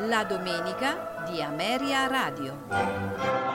La domenica di Ameria Radio.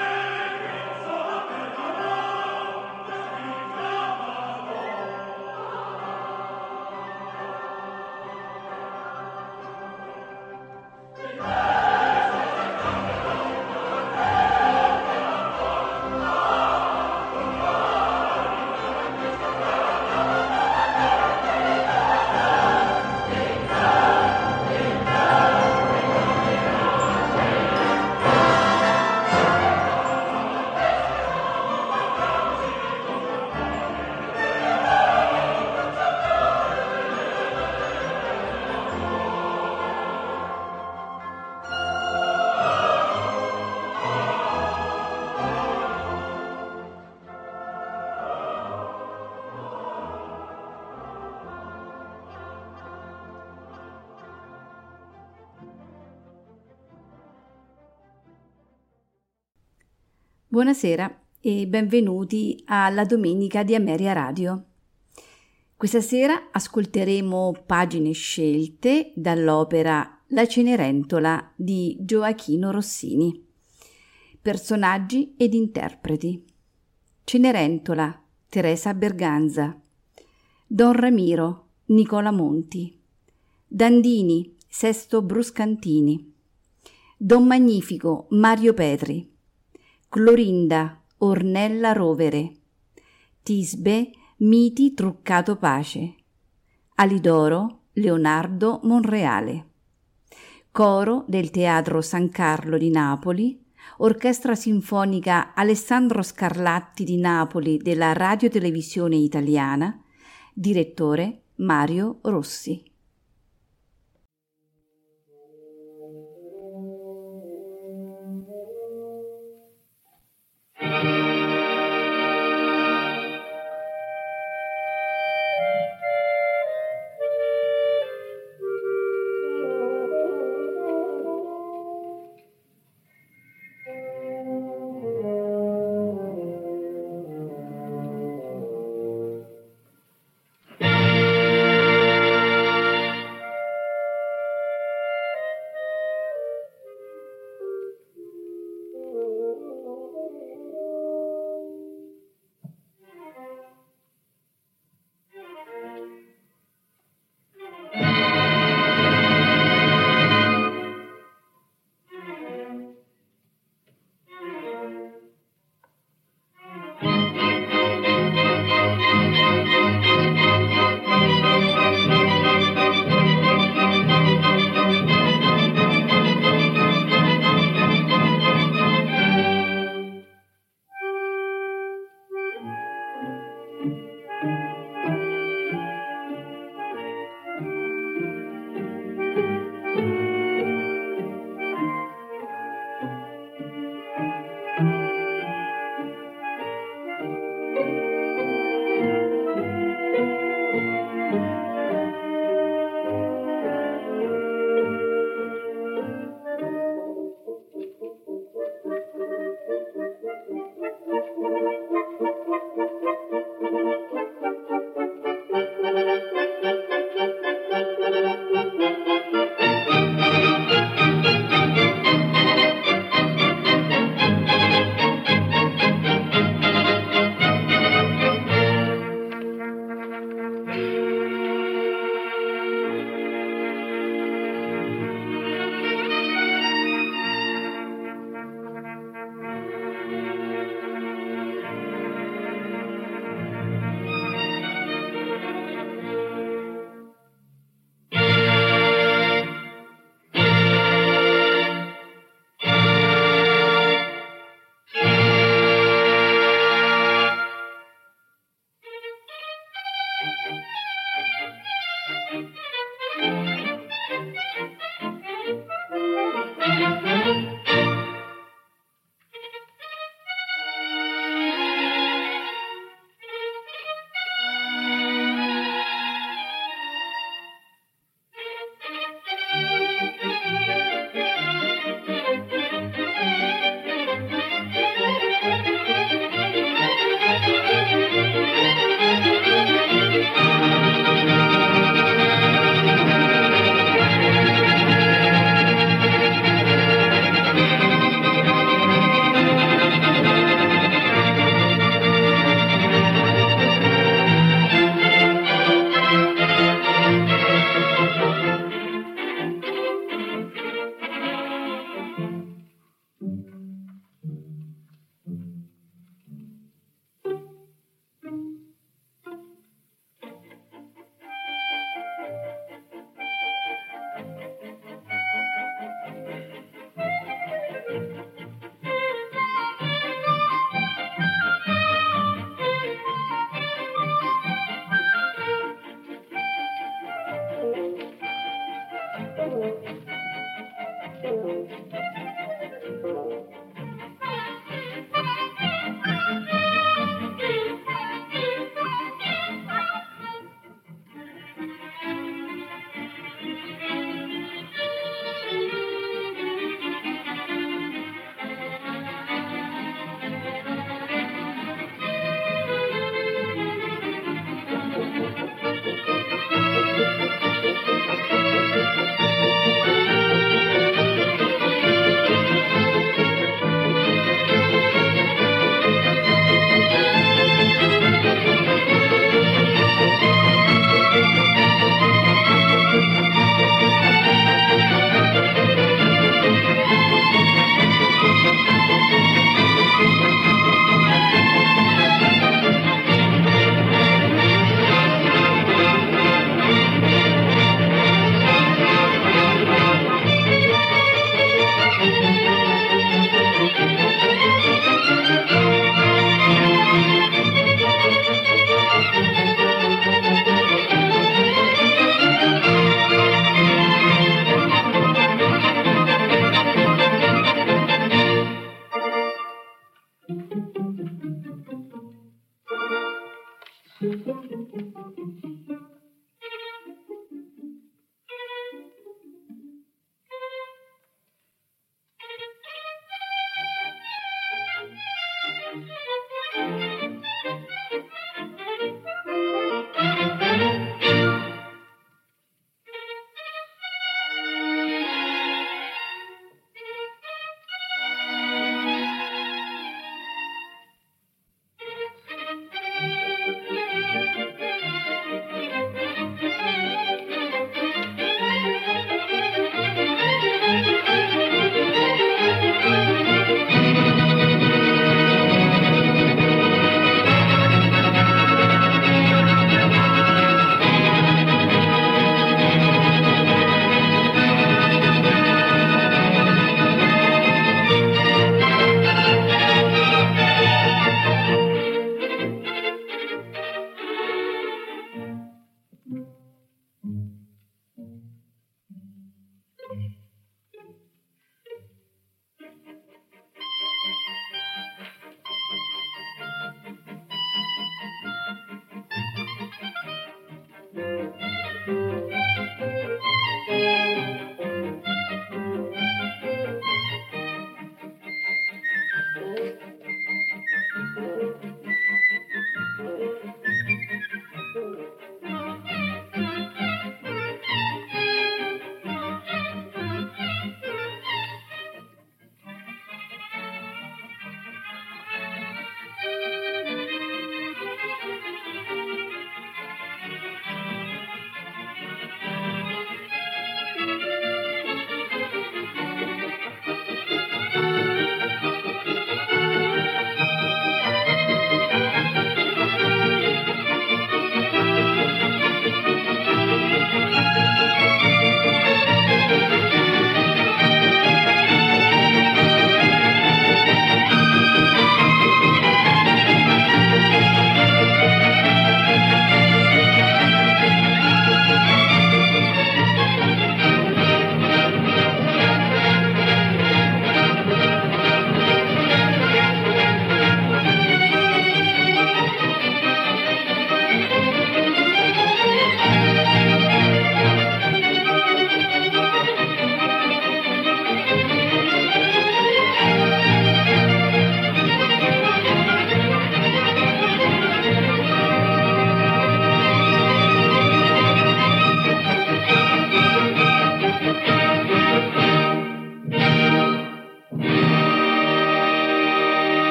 Buonasera e benvenuti alla Domenica di Ameria Radio. Questa sera ascolteremo pagine scelte dall'opera La Cenerentola di Gioachino Rossini. Personaggi ed interpreti: Cenerentola, Teresa Berganza; Don Ramiro, Nicola Monti; Dandini, Sesto Bruscantini; Don Magnifico, Mario Petri; Clorinda, Ornella Rovere; Tisbe, Miti Truccato Pace; Alidoro, Leonardo Monreale. Coro del Teatro San Carlo di Napoli, Orchestra Sinfonica Alessandro Scarlatti di Napoli della Radiotelevisione Italiana, direttore Mario Rossi.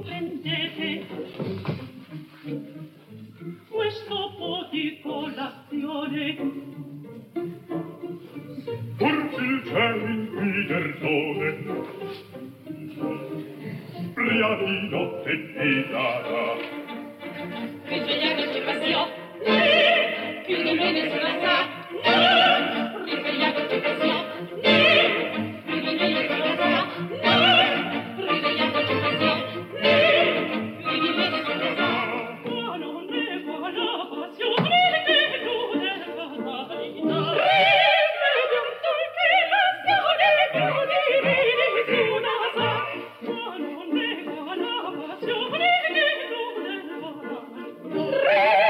comprendete questo po' di colazione. Forse il cielo invider dove pria di notte ti darà. Risvegliamoci passione, più di me nessuno sa. Risvegliamoci passione, più di me nessuno sa. Risvegliamoci passione, più di me nessuno sa. Ma non ne va la passione che tu debba dare. Risvegliamoci che passione più di me nessuno sa. Ma non ne va la passione che tu debba dare.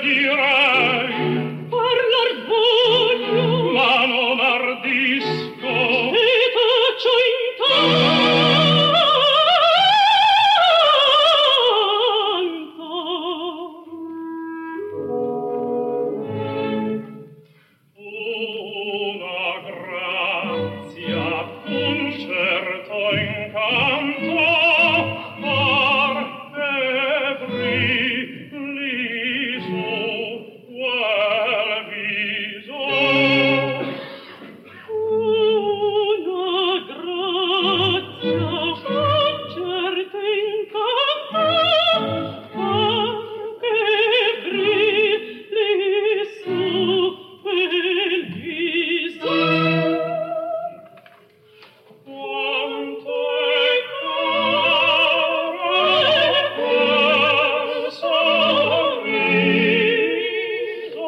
direi, parlar voglio, ma non ardisco, e taccio una grazia, un certo incanto, par ebri su quel viso. una grazia, un certo incanto, anche brilli su quel viso. Quanto è caro quel sorriso,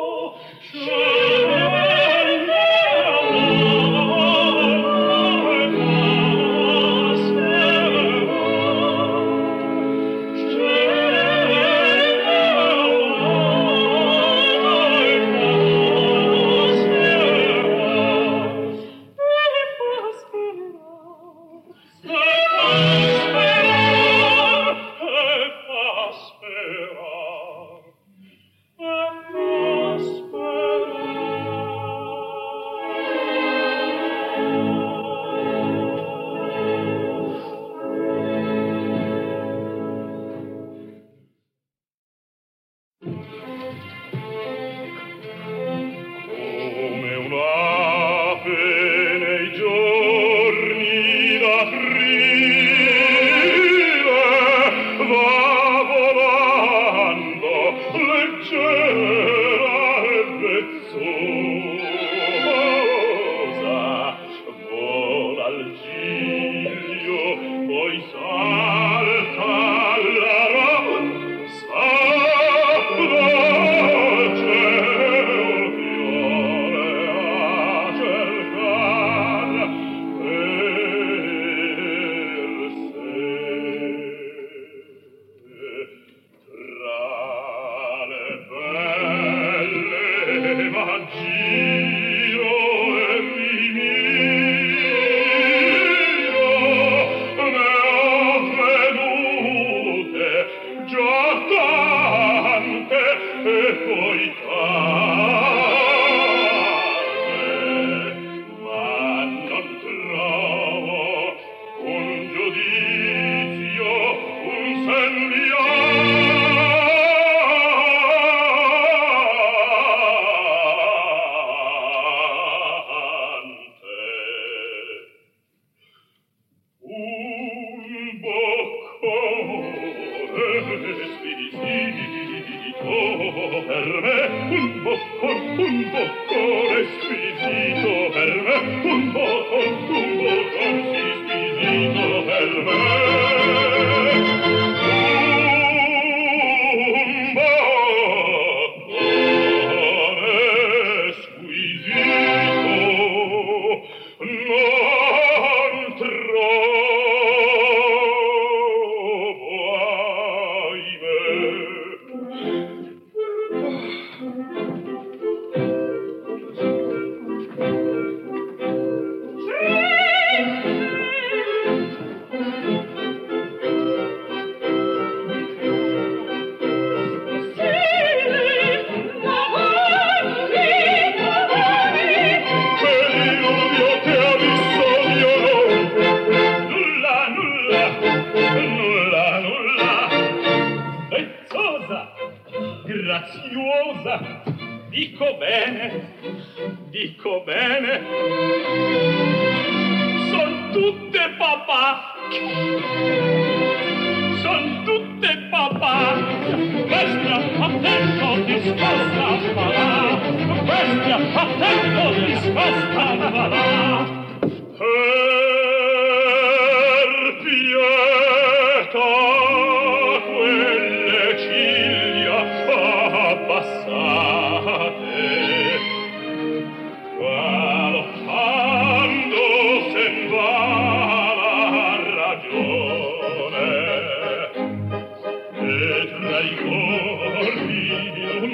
come un'ape nei giorni d'aprile va volando leggera e vezzosa, vola al giglio, poi salta alla rosa, dolce fiore a cercar per sé. Tra le belle m'aggiro e mi miro, ne ho vedute già tante e poi tante, ma non trovo un giudizio, un sembiante. Un boccone squisito per me, un boccone squisito per me, un boccone squisito per me. Un boccone squisito non trovo, graziosa, dico bene, son tutte papà, bestia, attento, discosta, va, bestia, attento, discosta, va. Per pietà quelle ciglia abbassate, galoppando sen va la ragione, e tra i corpi un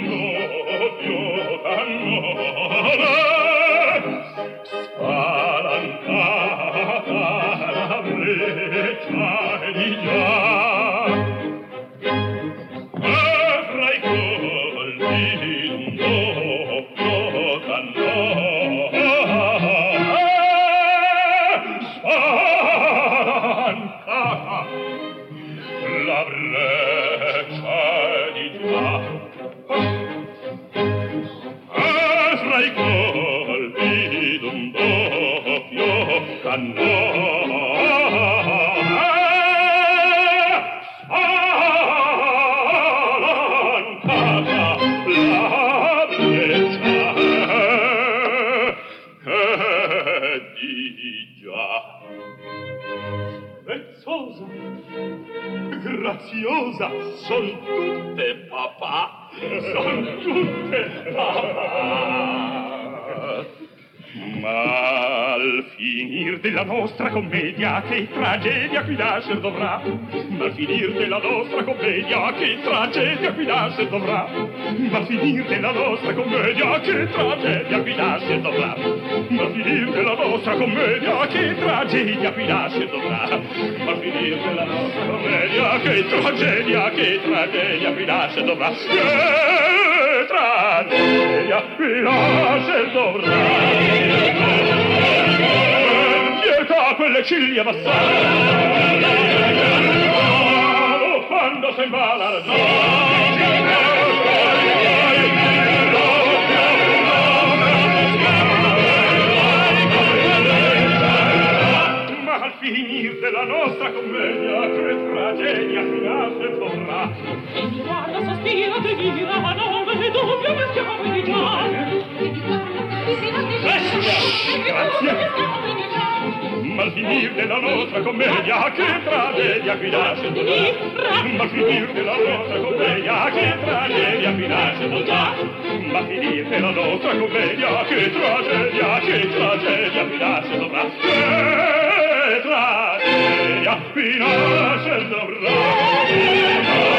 son tutte papà, son tutte papà. Ma al finir della nostra commedia, che tragedia qui nascer dovrà. Ma al finir della nostra commedia, che tragedia qui nascer dovrà. Ma al finir della nostra commedia, che tragedia qui nascer dovrà. Ma al finir della nostra commedia, che tragedia qui nascer dovrà. Ma al finir della nostra commedia, che tragedia qui nascer dovrà. Che tragedia qui nascer dovrà. Pietà quelle ciglia bassate, quando se va la ma al finir della nostra commedia che tragedia finale dovrà. E mi guarda, sospira, che gira, ma non vede dubbio che stiamo in Grazie. Ma al finir della nostra commedia che tragedia qui nasce dovrà. Ma al finir della nostra commedia che tragedia qui nasce dovrà. Ma al finir della nostra commedia che tragedia qui nasce dovrà. Che tragedia qui nasce dovrà.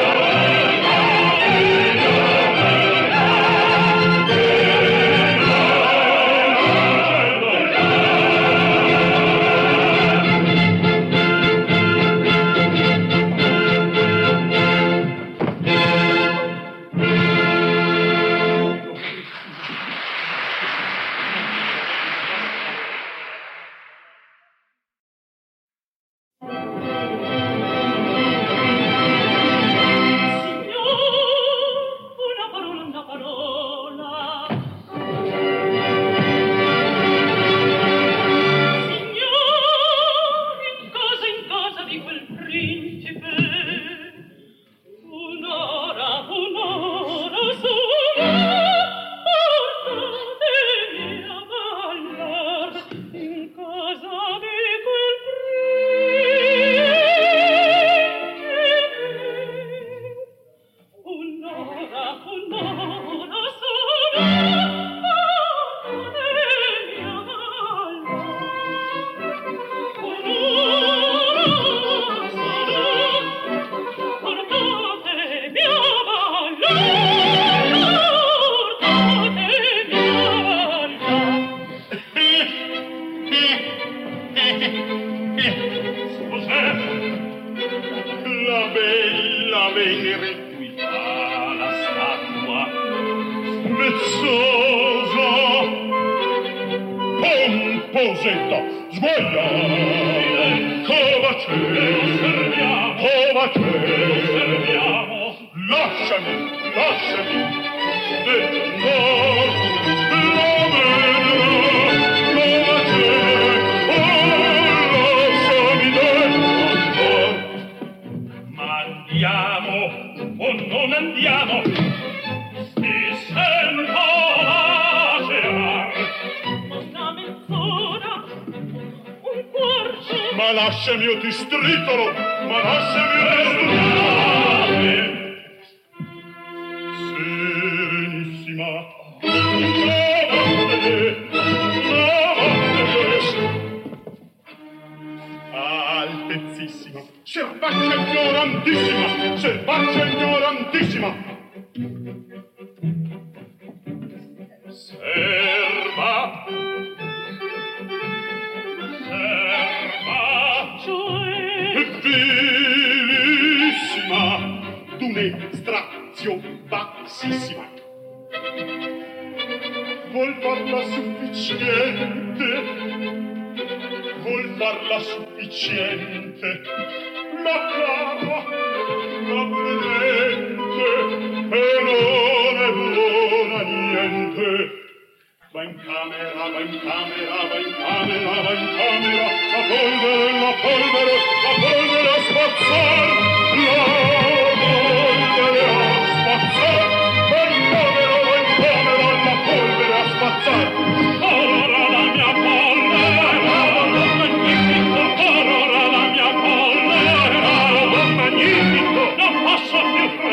Non posso più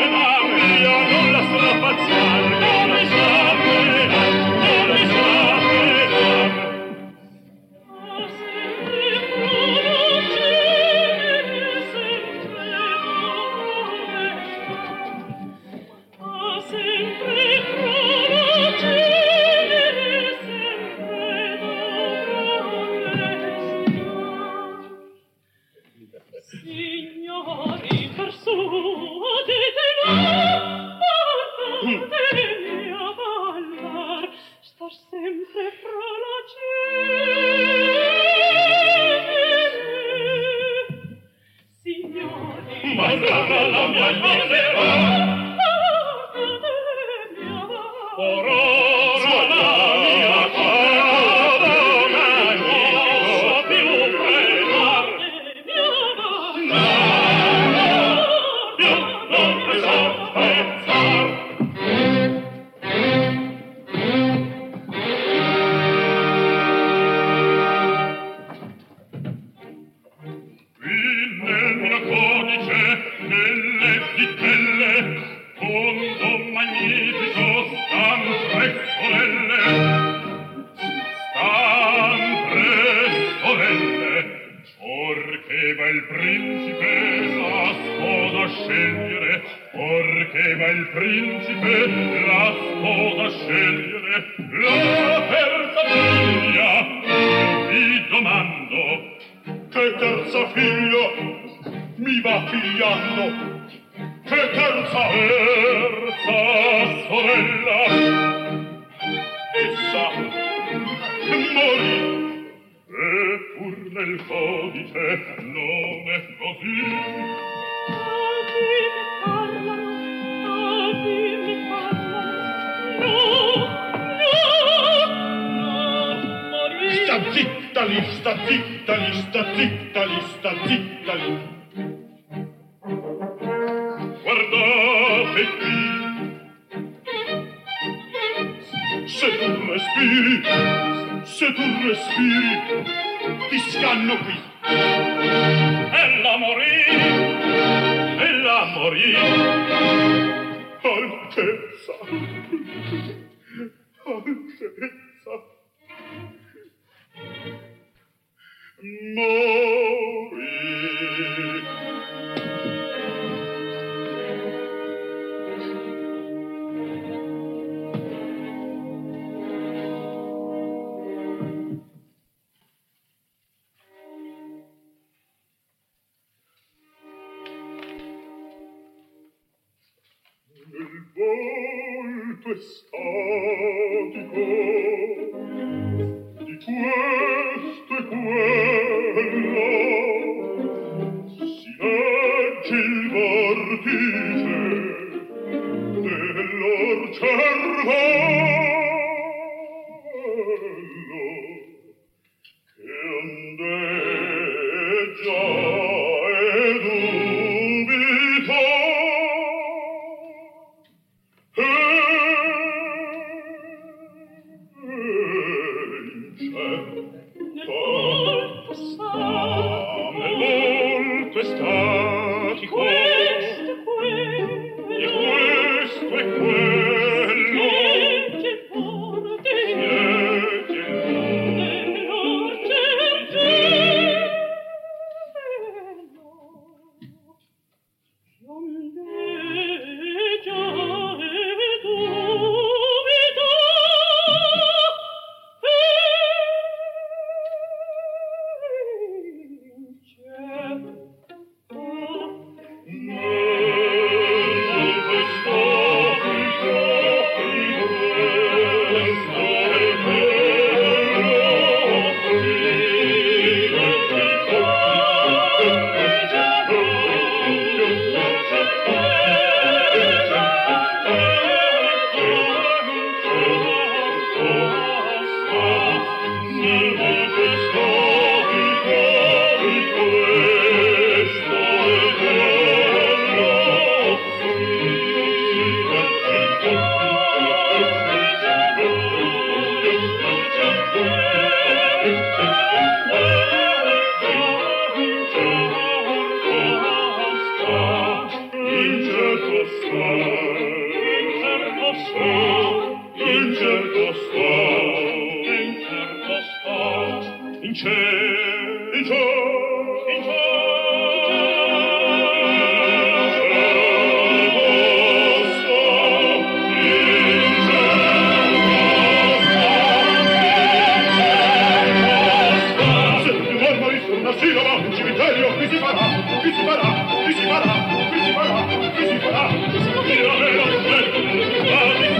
Qui si farà, qui si farà, qui si farà, qui si farà,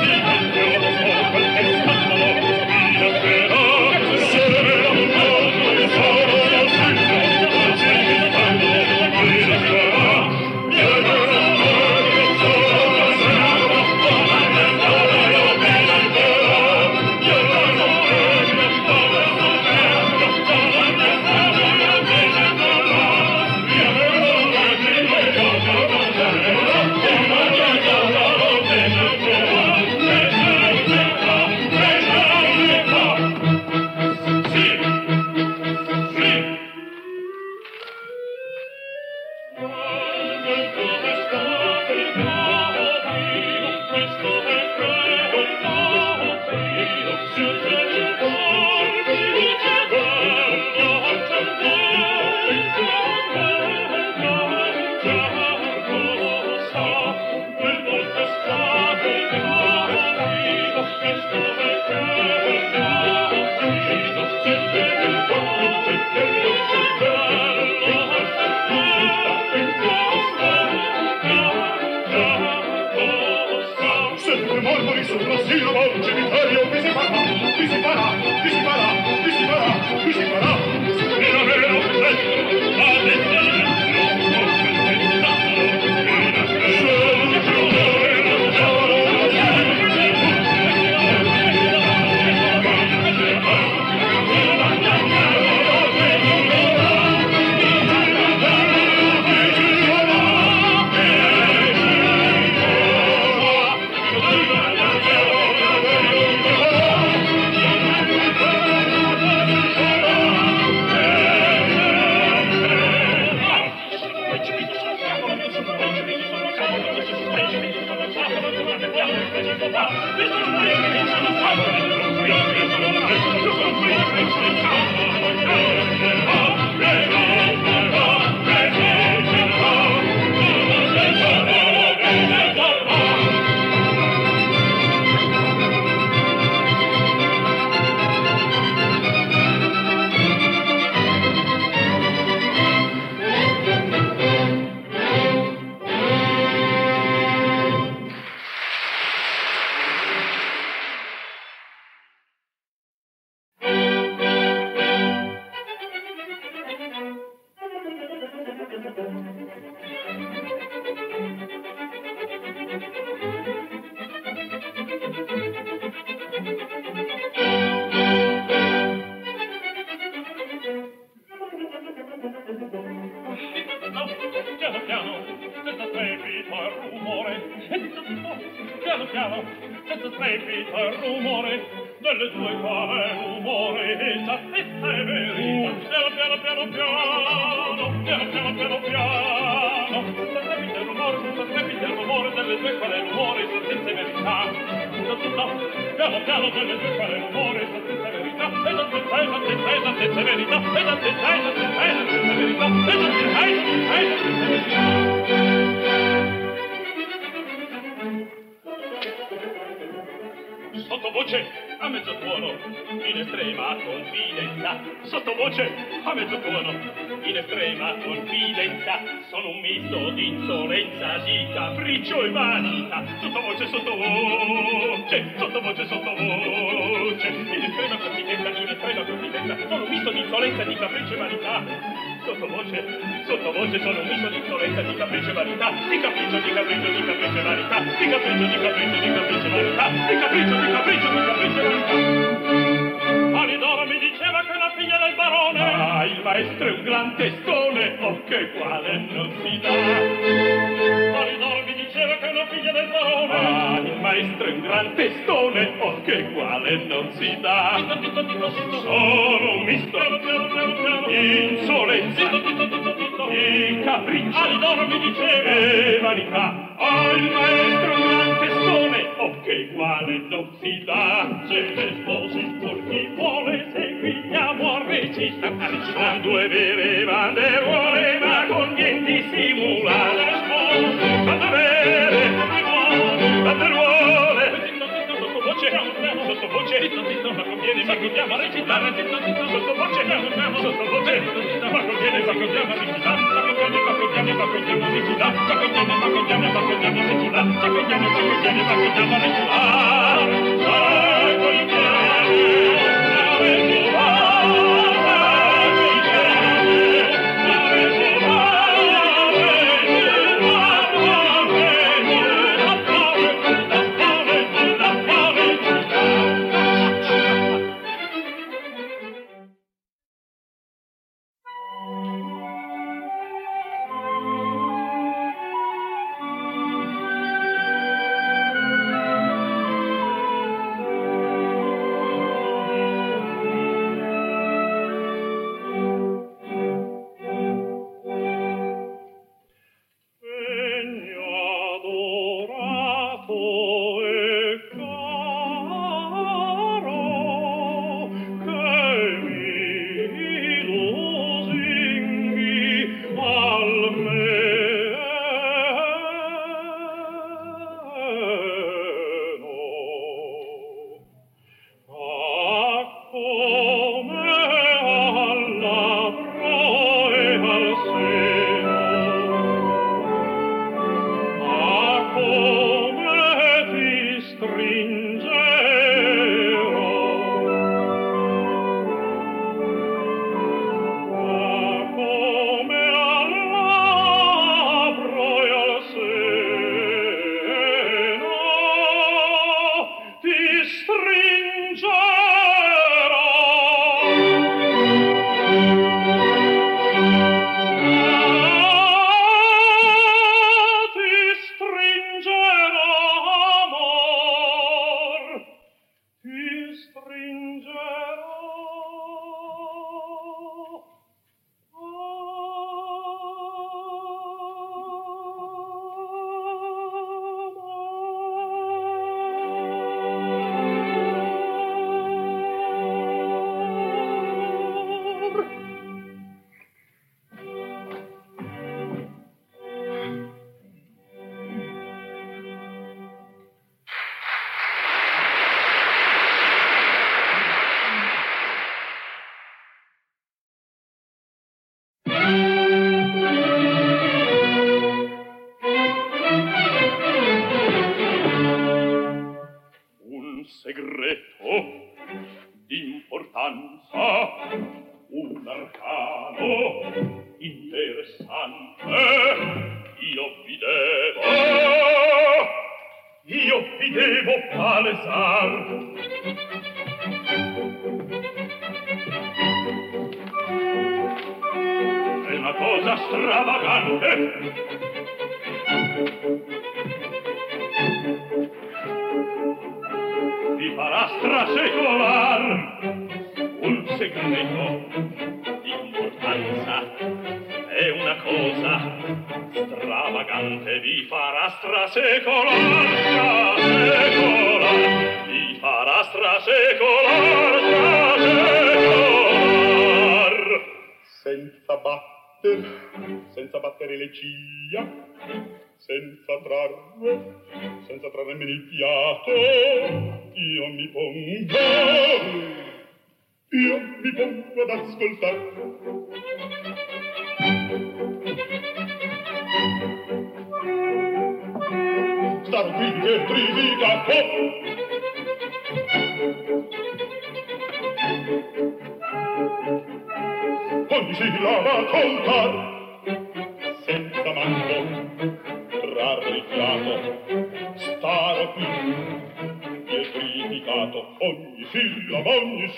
Sempre mormori su una sillaba, un genitario vi si farà, vi si farà, vi si farà, vi si farà, vi si farà. Meno, meno, perfetto, la destina, Sottovoce a mezzotuono, in estrema confidenza. Sottovoce a mezzotuono, in estrema confidenza. Sono un misto di insolenza, di capriccio e vanità. Sottovoce, sottovoce, sottovoce, sottovoce. In estrema confidenza, in estrema confidenza. Sono un misto di insolenza, di capriccio e vanità. Sottovoce, sottovoce, sono un misto di insolenza, di capriccio e vanità. Di capriccio, di capriccio, di capriccio e vanità. Di capriccio, di capriccio, di capriccio e vanità. Di capriccio, di capriccio, di capriccio e vanità. Alidoro mi diceva che la figlia del barone. Ah, il maestro è un gran testone, oh che quale non si dà. Alidoro mi diceva che la figlia del barone. Ah, il maestro è un gran testone, oh che quale non si dà. Sono un misto di insolenza, di capriccio, Alidoro mi diceva e vanità. Ah, il maestro è un gran testone, oh che quale non si dà. se le sposi por chi vuole seguiamo a regista. Con due vere banderole, ma conviene dissimulare. Quando vere banderole, Sottovoce, ma conviene, ma conviamo a recitare. Sottovoce, ma conviene, ma conviamo a recitare. Ma conviene, ma conviene, ma conviamo a recitare. Ma conviene, ma conviene, ma conviamo a recitare. Ma conviene, ma conviene, ma conviamo a recitare. ma conviene Senza battere le ciglia, senza trarre il fiato, io mi pongo ad ascoltare. Starò qui che trivicato, ogni sillaba contar, senza manco trarre il fiato, starò qui pietrificato, ogni sillaba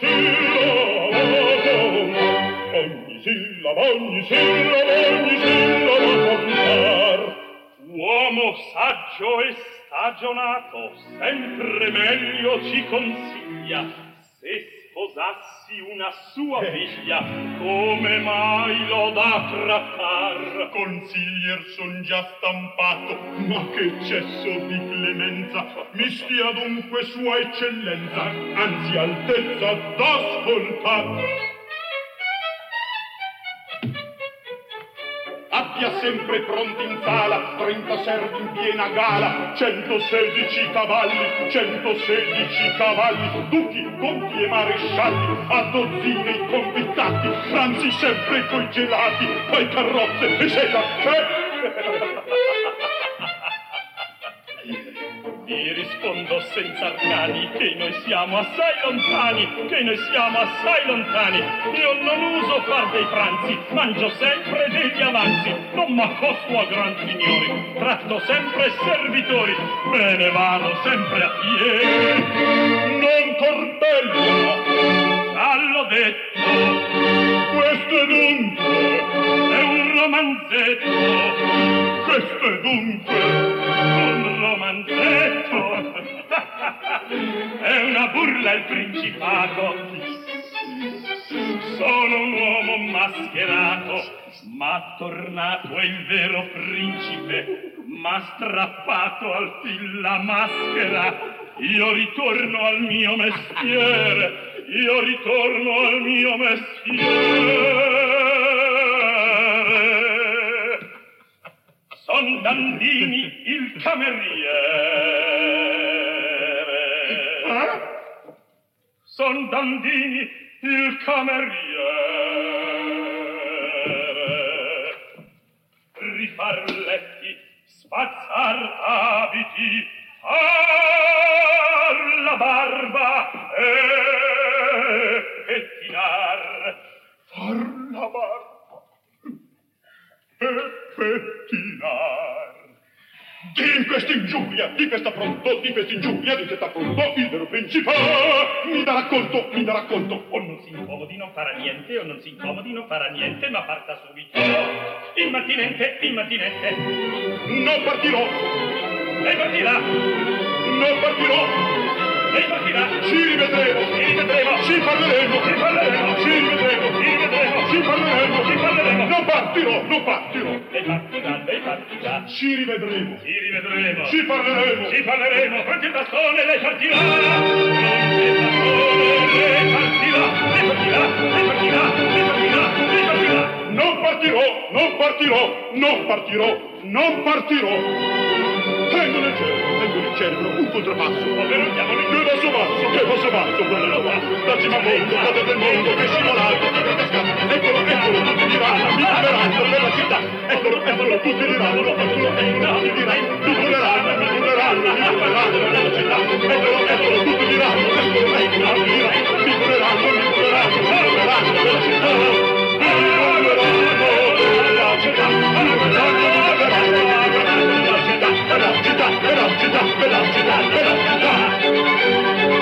contar. Uomo saggio e stagionato, sempre meglio ci consiglia, se sposassi una sua figlia, come mai l'ho da trattar? Consiglier son già stampato, ma che eccesso di clemenza, mi stia dunque sua eccellenza, anzi altezza d'ascoltar. Abbia sempre pronti in sala 30 servi in piena gala, 116 cavalli, duchi, conti e marescialli, a dozzine i convitati, pranzi sempre coi gelati, poi carrozze e seta. Vi rispondo senza arcani che noi siamo assai lontani, io non uso far dei pranzi, mangio sempre degli avanzi, non m'accosto a gran signori, tratto sempre servitori, me ne vado sempre a piedi, non torpello, già l'ho detto, questo è dunque un romanzetto, questo è dunque un romanzetto, è una burla il principato, sono un uomo mascherato, m'ha tornato il vero principe, m'ha strappato al fil la maschera, io ritorno al mio mestiere, son Dandini il cameriere. Son Dandini il cameriere. Rifar letti, spazzar abiti, Far la barba e pettinar. Far la barba e pettinar. Di questa ingiuria, di questa pronto, di questa ingiuria, di questa pronto, il vero principe mi dà racconto, mi dà racconto. O non si incomodi, non farà niente, o non si incomodi, non farà niente, ma parta subito. Immantinente, immantinente. Non partirò, Lei partirà, non partirò. lei partirà. Ci rivedremo, Ci rivedremo, ci parleremo, ci parleremo, ci rivedremo, ci rivedremo, ci parleremo, ci parleremo. non partirò, non partirò. Lei partirà, lei partirà. Ci rivedremo, Ci rivedremo, ci parleremo, ci parleremo. Quanti il bastone lei partirà. Non c'è bastone, lei partirà, lei partirà, lei partirà, lei partirà, lei partirà. non partirò, non partirò, non partirò, non partirò. Tengo nel cerebro un contrappasso. Povero diavolo, Che basso basso, quello là. Da cima a mondo, da del mondo, che scivolato, che cascato. Eccolo, eccolo, tutti diranno, mi voleranno per la città. Eccolo, eccolo, tutti diranno, eccolo, eccolo, mi diranno, mi voleranno, mi voleranno, mi voleranno per la città. Eccolo, eccolo, tutti diranno, eccolo, eccolo, mi diranno, mi voleranno, mi voleranno, mi voleranno per la città. Mi voleranno per la città, mi voleranno per la città, per la città, per la città, per la città, per la città.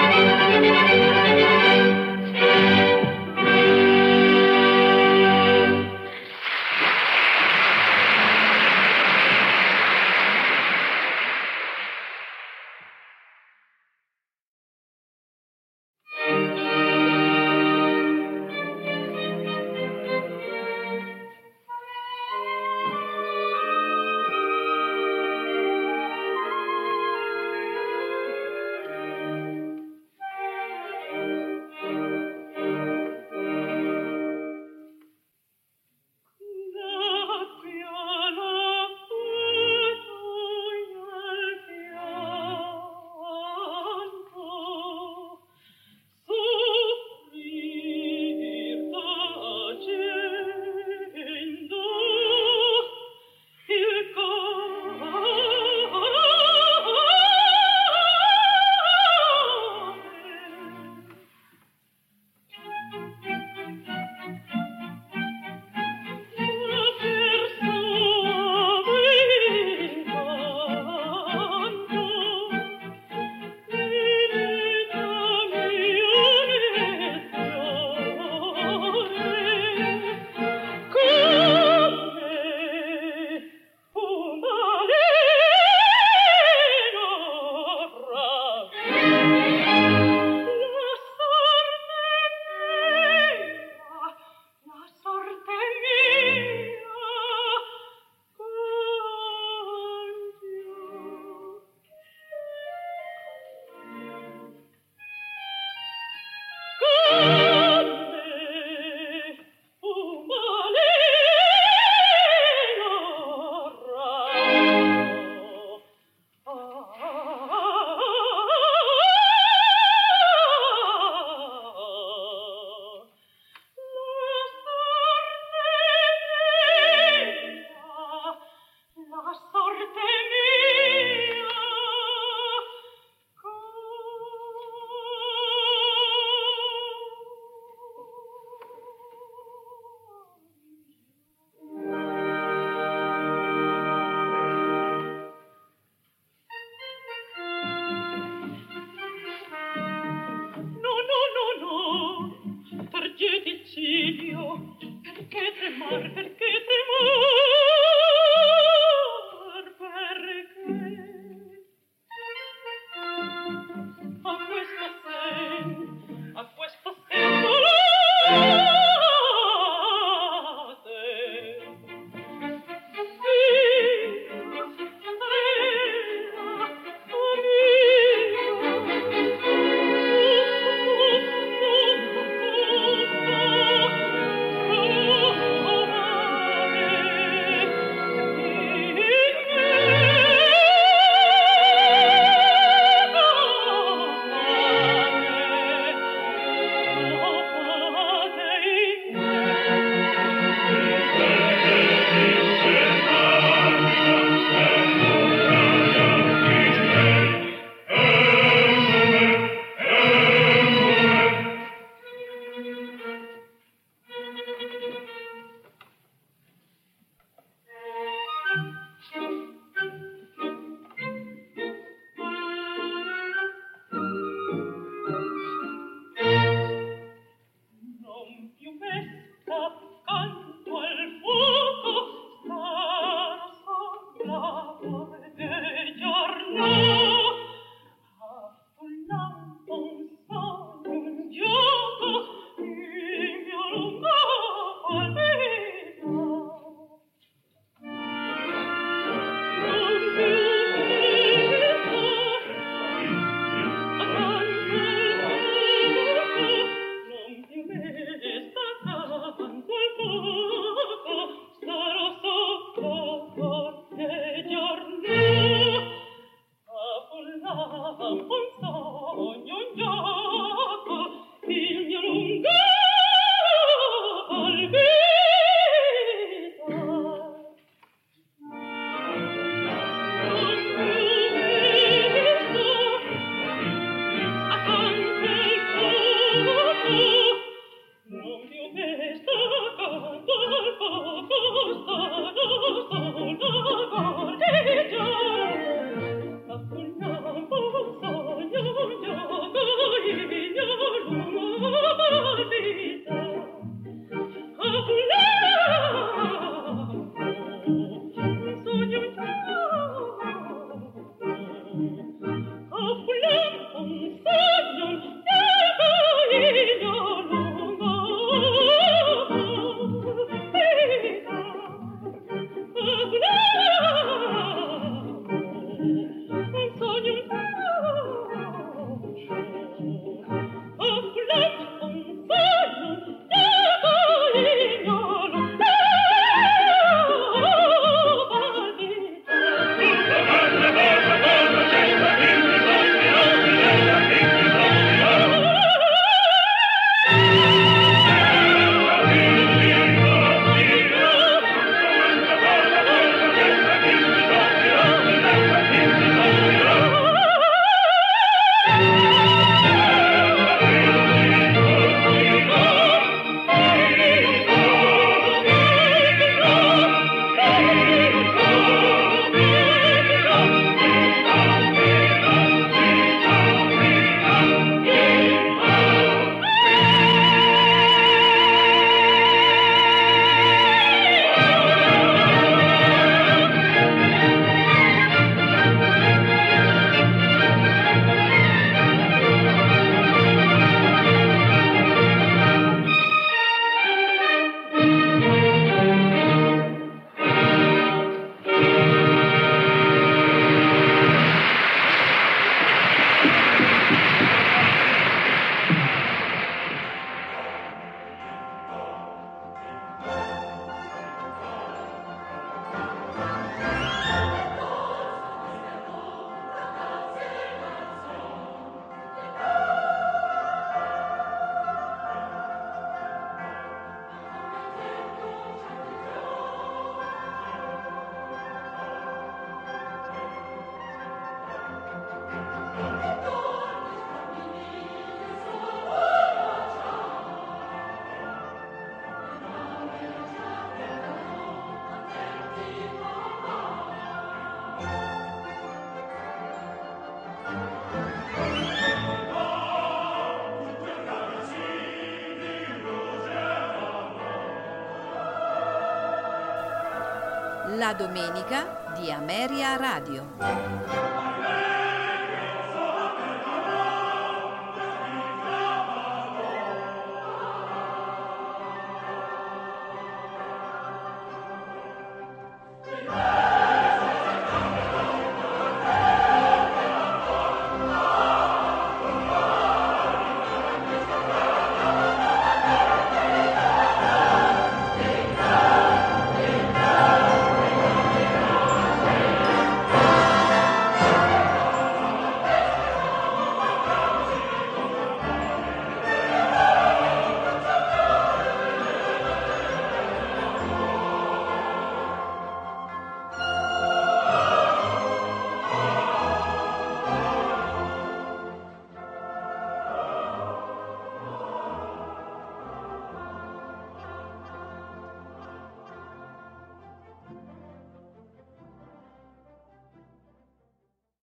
La domenica di Ameria Radio.